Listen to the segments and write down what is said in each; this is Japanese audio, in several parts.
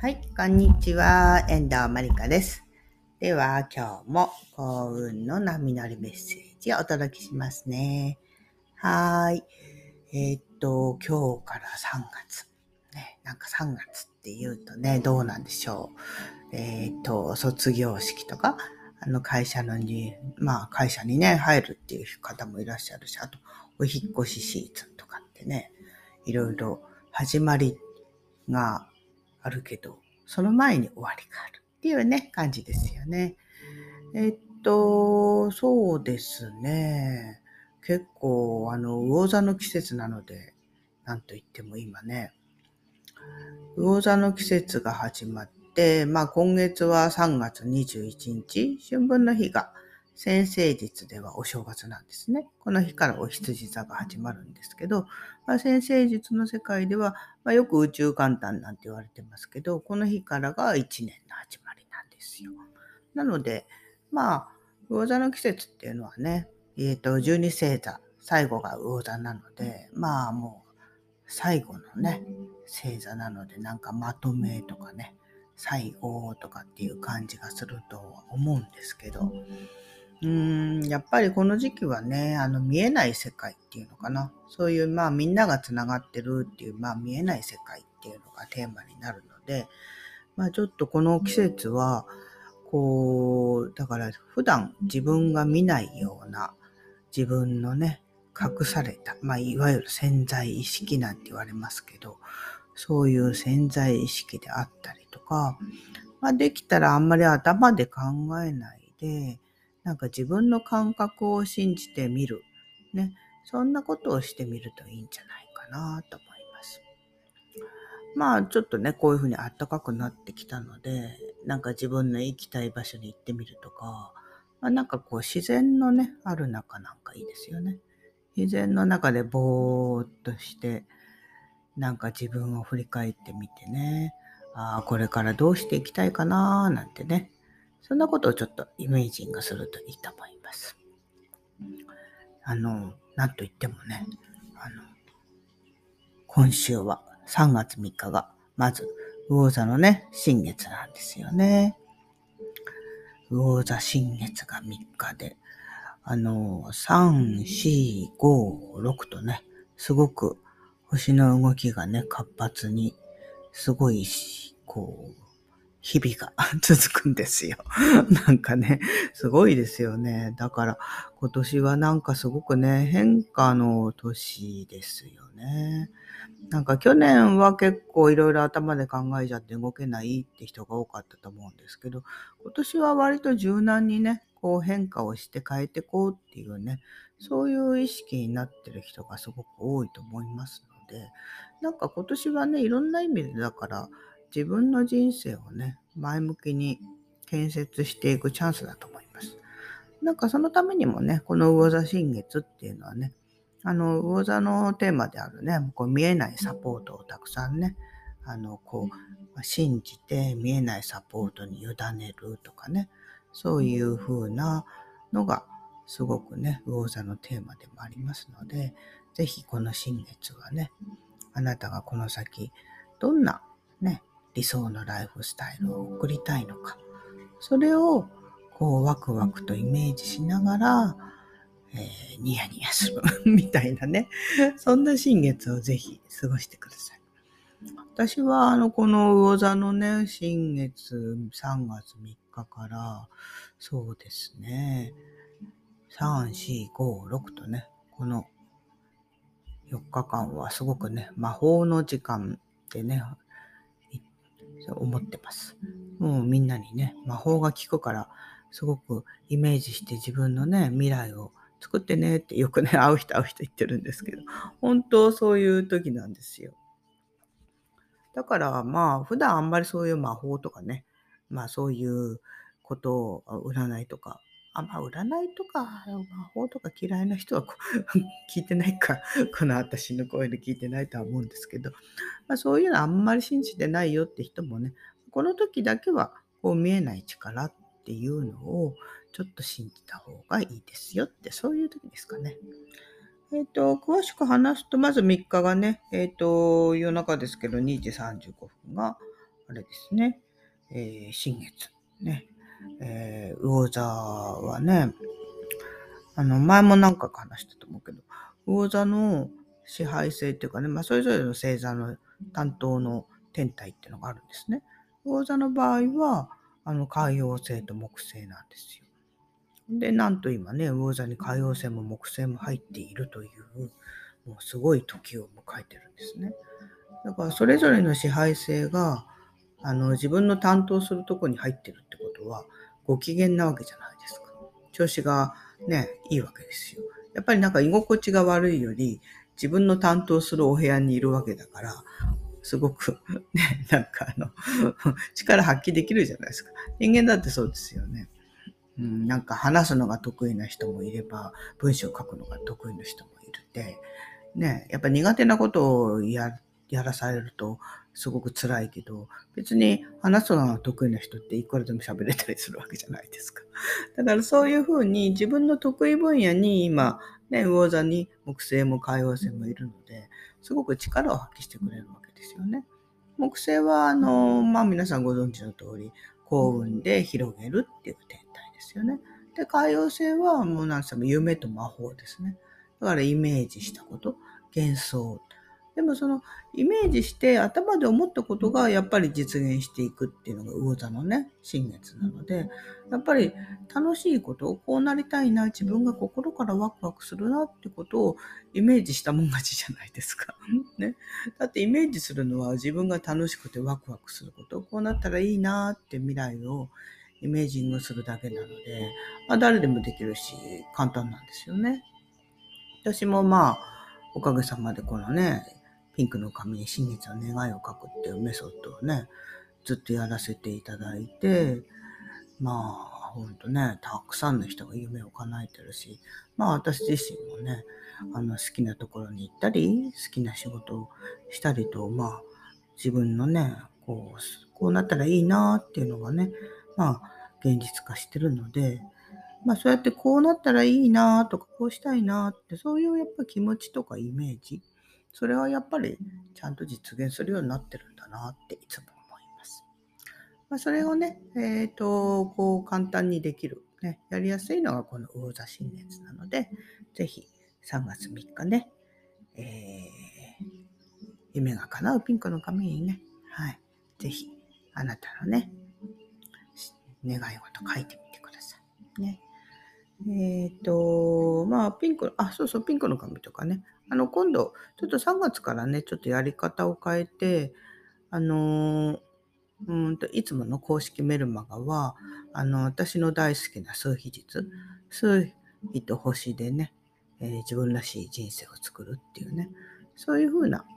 はい、こんにちは。遠藤まりかです。では、今日も幸運の波乗りメッセージをお届けしますね。はーい。今日から3月。ね、なんか3月って言うとね、どうなんでしょう。卒業式とか、会社にね、入るっていう方もいらっしゃるし、あと、お引っ越しシーズンとかってね、いろいろ始まりがあるけど、その前に終わりがあるっていうね、感じですよね。そうですね。結構、魚座の季節なので、なんといっても今ね、魚座の季節が始まって、今月は3月21日、春分の日が先生術ではお正月なんですね。この日からお羊座が始まるんですけど、先生術の世界では、よく宇宙元旦なんて言われてますけど、この日からが1年の始まりなんですよ。なので、魚座の季節っていうのはね、12星座、最後が魚座なので、もう最後のね、星座なので、なんかまとめとかね、最後とかっていう感じがするとは思うんですけど、やっぱりこの時期はね、見えない世界っていうのかな。そういう、みんながつながってるっていう、見えない世界っていうのがテーマになるので、ちょっとこの季節は、だから普段自分が見ないような自分のね、隠された、いわゆる潜在意識なんて言われますけど、そういう潜在意識であったりとか、できたらあんまり頭で考えないで、なんか自分の感覚を信じてみる。ね。そんなことをしてみるといいんじゃないかなと思います。ちょっとね、こういうふうに暖かくなってきたので、なんか自分の行きたい場所に行ってみるとか、なんか自然のね、ある中なんかいいですよね。自然の中でぼーっとして、なんか自分を振り返ってみてね、これからどうしていきたいかななんてね、そんなことをちょっとイメージングするといいと思います。なんといってもね、今週は3月3日が、まず、魚座のね、新月なんですよね。魚座新月が3日で、3、4、5、6とね、すごく星の動きがね、活発に、すごい日々が続くんですよ。なんかね、すごいですよね。だから、今年はなんかすごくね、変化の年ですよね。なんか去年は結構いろいろ頭で考えちゃって動けないって人が多かったと思うんですけど、今年は割と柔軟にね、変化をして変えていこうっていうね、そういう意識になってる人がすごく多いと思いますので、なんか今年はね、いろんな意味でだから自分の人生をね、前向きに建設していくチャンスだと思います。なんかそのためにもね、この魚座新月っていうのはね、魚座のテーマであるね、見えないサポートをたくさんね、信じて見えないサポートに委ねるとかね、そういう風なのがすごくね、魚座のテーマでもありますので、ぜひこの新月はね、あなたがこの先、どんなね、理想のライフスタイルを送りたいのか、それをワクワクとイメージしながら、ニヤニヤするみたいなね、そんな新月をぜひ過ごしてください。私はこの魚座のね、新月3月3日から、そうですね、3、4、5、6とね、この4日間はすごくね、魔法の時間ってね、思ってます。もうみんなにね、魔法が効くから、すごくイメージして自分のね、未来を作ってねってよくね、会う人言ってるんですけど、本当そういう時なんですよ。だから普段あんまりそういう魔法とかね、そういうことを占いとか、占いとか魔法とか嫌いな人は聞いてないか、この私の声で聞いてないとは思うんですけど、そういうのあんまり信じてないよって人もね、この時だけは見えない力っていうのをちょっと信じた方がいいですよって、そういう時ですかね。詳しく話すと、まず3日がね、夜中ですけど2時35分が、 あれですね、新月。ね。魚座はね、前も何回か話したと思うけど、魚座の支配性っていうかね、それぞれの星座の担当の天体っていうのがあるんですね。魚座の場合は、海王星と木星なんですよ。で、なんと今ね、魚座に海王星も木星も入っているという、もうすごい時を迎えてるんですね。だからそれぞれの支配性が、自分の担当するとこに入ってるってことは、ご機嫌なわけじゃないですか。調子がね、いいわけですよ。やっぱりなんか居心地が悪いより、自分の担当するお部屋にいるわけだから、すごくね、なんか力発揮できるじゃないですか。人間だってそうですよね。なんか話すのが得意な人もいれば、文章を書くのが得意な人もいるって、ね、やっぱ苦手なことをやらされるとすごく辛いけど、別に話すのが得意な人っていくらでも喋れたりするわけじゃないですか。だからそういうふうに自分の得意分野に今、ね、魚座に木星も海王星もいるので、すごく力を発揮してくれるわけですよね。木星は、皆さんご存知の通り、幸運で広げるっていう天体ですよね。で、海王星はもう何せも夢と魔法ですね。だからイメージしたこと、幻想。でもそのイメージして頭で思ったことがやっぱり実現していくっていうのが魚座のね、新月なので、やっぱり楽しいことをこうなりたいな、自分が心からワクワクするなってことをイメージしたもん勝ちじゃないですか。ね。だってイメージするのは自分が楽しくてワクワクすること、こうなったらいいなって未来をイメージングするだけなので、誰でもできるし簡単なんですよね。私もおかげさまでこのね、ピンクの紙に新月の願いを書くっていうメソッドをね、ずっとやらせていただいて、ほんとね、たくさんの人が夢を叶えてるし、私自身もね、好きなところに行ったり、好きな仕事をしたりと、自分のね、こうなったらいいなっていうのがね、現実化してるので、そうやってこうなったらいいなとか、こうしたいなって、そういうやっぱ気持ちとかイメージ、それはやっぱりちゃんと実現するようになってるんだなっていつも思います。それをね、こう簡単にできる、ね、やりやすいのがこの魚座新月なので、ぜひ3月3日ね、夢が叶うピンクの紙にね、はい、ぜひあなたのね、願い事書いてみてください。ね。ピンク、そうそう、ピンクの紙とかね。今度、ちょっと3月からね、ちょっとやり方を変えて、いつもの公式メルマガは、私の大好きな数比術、数比と星でね、自分らしい人生を作るっていうね、そういう風な、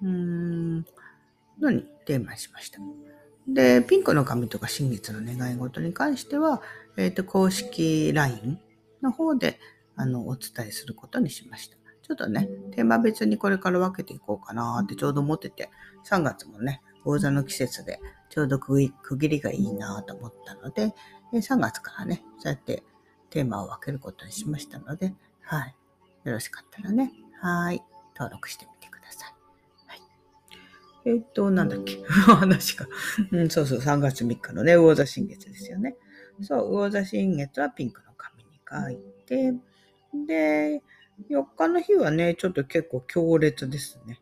のにテーマにしました。で、ピンクの紙とか新月の願い事に関しては、公式 LINE の方で、お伝えすることにしました。ちょっとね、テーマ別にこれから分けていこうかなってちょうど思ってて、3月もね、魚座の季節でちょうど区切りがいいなと思ったので、3月からね、そうやってテーマを分けることにしましたので、はい。よろしかったらね、はい。登録してみてください。はい。なんだっけ話が。そうそう、3月3日のね、魚座新月ですよね。そう、魚座新月はピンクの紙に書いて、で、4日の日はね、ちょっと結構強烈ですね。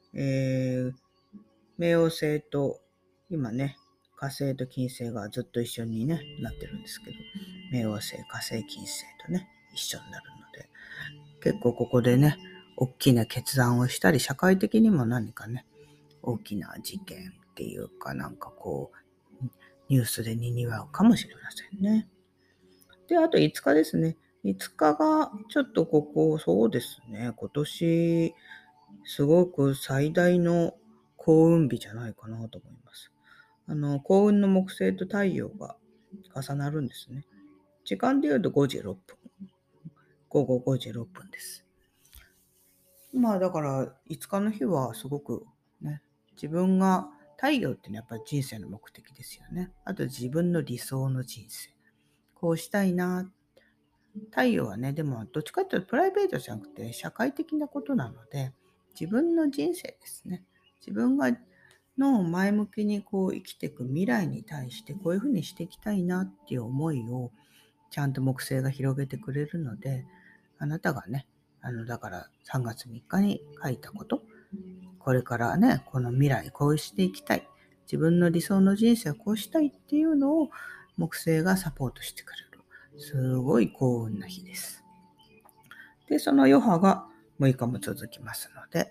冥王星と、今ね、火星と金星がずっと一緒にね、なってるんですけど、冥王星、火星、金星とね、一緒になるので、結構ここでね、大きな決断をしたり、社会的にも何かね、大きな事件っていうかなんかニュースで賑わうかもしれませんね。で、あと5日ですね。5日がちょっとそうですね、今年すごく最大の幸運日じゃないかなと思います。幸運の木星と太陽が重なるんですね。時間で言うと5時6分。午後5時6分です。だから5日の日はすごくね、自分が太陽ってやっぱり人生の目的ですよね。あと自分の理想の人生。こうしたいな。太陽はね、でもどっちかっていうとプライベートじゃなくて社会的なことなので、自分の人生ですね。自分がの前向きにこう生きていく未来に対してこういうふうにしていきたいなっていう思いをちゃんと木星が広げてくれるので、あなたがね、だから3月3日に書いたこと、これからね、この未来こうしていきたい。自分の理想の人生をこうしたいっていうのを木星がサポートしてくれる。すごい幸運な日です。で、その余波が6日も続きますので、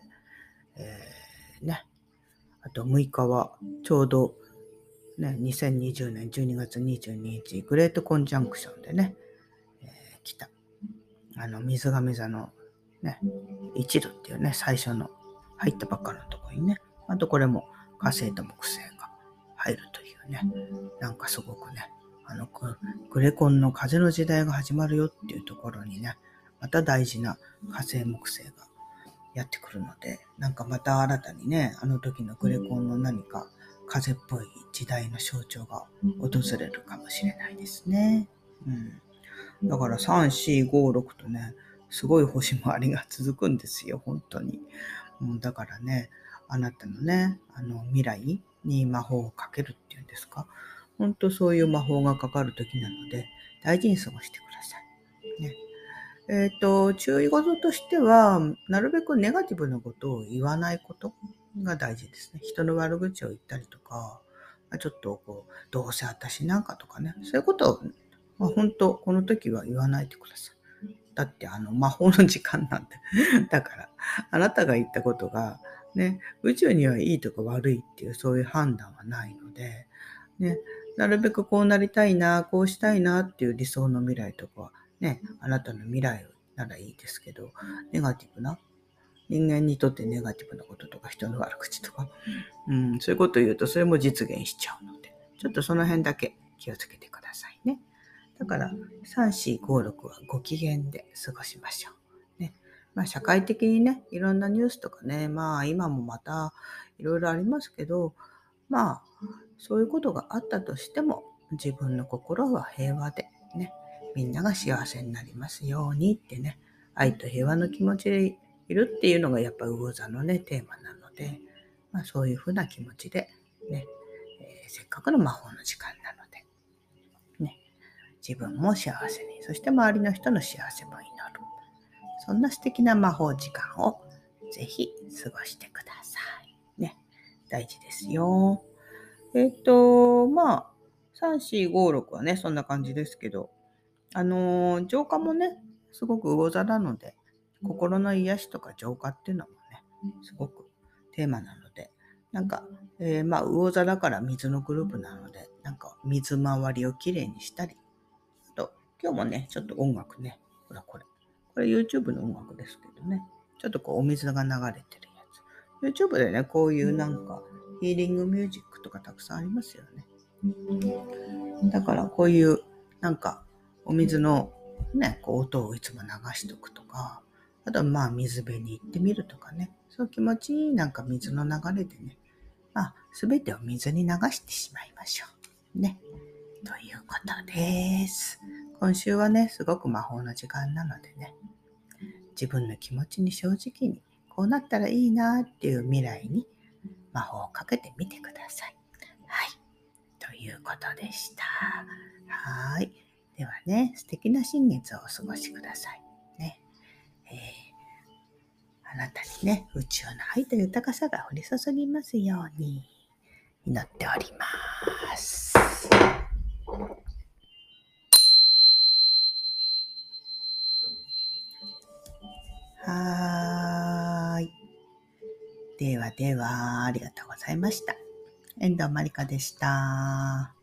あと6日はちょうどね、2020年12月22日、グレートコンジャンクションでね、来た。水亀座のね、一度っていうね、最初の入ったばっかのところにね、あとこれも火星と木星が入るというね、なんかすごくね、グレコンの風の時代が始まるよっていうところにね、また大事な火星木星がやってくるので、なんかまた新たにね、あの時のグレコンの何か風っぽい時代の象徴が訪れるかもしれないですね。だから3、4、5、6とね、すごい星回りが続くんですよ、本当に。だからね、あなたのね、未来に魔法をかけるっていうんですか。本当そういう魔法がかかる時なので、大事に過ごしてください。ね。注意事としては、なるべくネガティブなことを言わないことが大事ですね。人の悪口を言ったりとか、ちょっとどうせ私なんかとかね、そういうことを、本当、この時は言わないでください。だって魔法の時間なんで。だから、あなたが言ったことが、ね、宇宙にはいいとか悪いっていうそういう判断はないので、ね、なるべくこうなりたいな、こうしたいなっていう理想の未来とかは、ね、あなたの未来ならいいですけど、ネガティブな、人間にとってネガティブなこととか、人の悪口とか、そういうことを言うと、それも実現しちゃうので、ちょっとその辺だけ気をつけてくださいね。だから、3、4、5、6はご機嫌で過ごしましょう。ね。社会的にね、いろんなニュースとかね、今もまたいろいろありますけど、そういうことがあったとしても、自分の心は平和でね、みんなが幸せになりますようにってね、愛と平和の気持ちでいるっていうのがやっぱ魚座のね、テーマなので、そういうふうな気持ちでね、せっかくの魔法の時間なので、ね、自分も幸せに、そして周りの人の幸せも祈る。そんな素敵な魔法時間をぜひ過ごしてください。ね、大事ですよ。3、4、5、6はね、そんな感じですけど、浄化もね、すごく魚座なので、心の癒しとか浄化っていうのもね、すごくテーマなので、なんか、魚座だから水のグループなので、なんか水回りをきれいにしたり、と、今日もね、ちょっと音楽ね、ほらこれ YouTube の音楽ですけどね、ちょっとお水が流れてるやつ。YouTube でね、こういうなんかヒーリングミュージックとかたくさんありますよね。だからこういうなんかお水のね、音をいつも流しとくとか、あとは水辺に行ってみるとかね、そういう気持ちいいなんか水の流れでね、すべてを水に流してしまいましょう。ね。ということです。今週はね、すごく魔法の時間なのでね、自分の気持ちに正直に、こうなったらいいなっていう未来に魔法をかけてみてください。はい。ということでした。はい。ではね、素敵な新月をお過ごしください。ね。あなたにね、宇宙の愛と豊かさが降り注ぎますように祈っております。はーい。ではでは、ありがとうございました。遠藤まりかでした。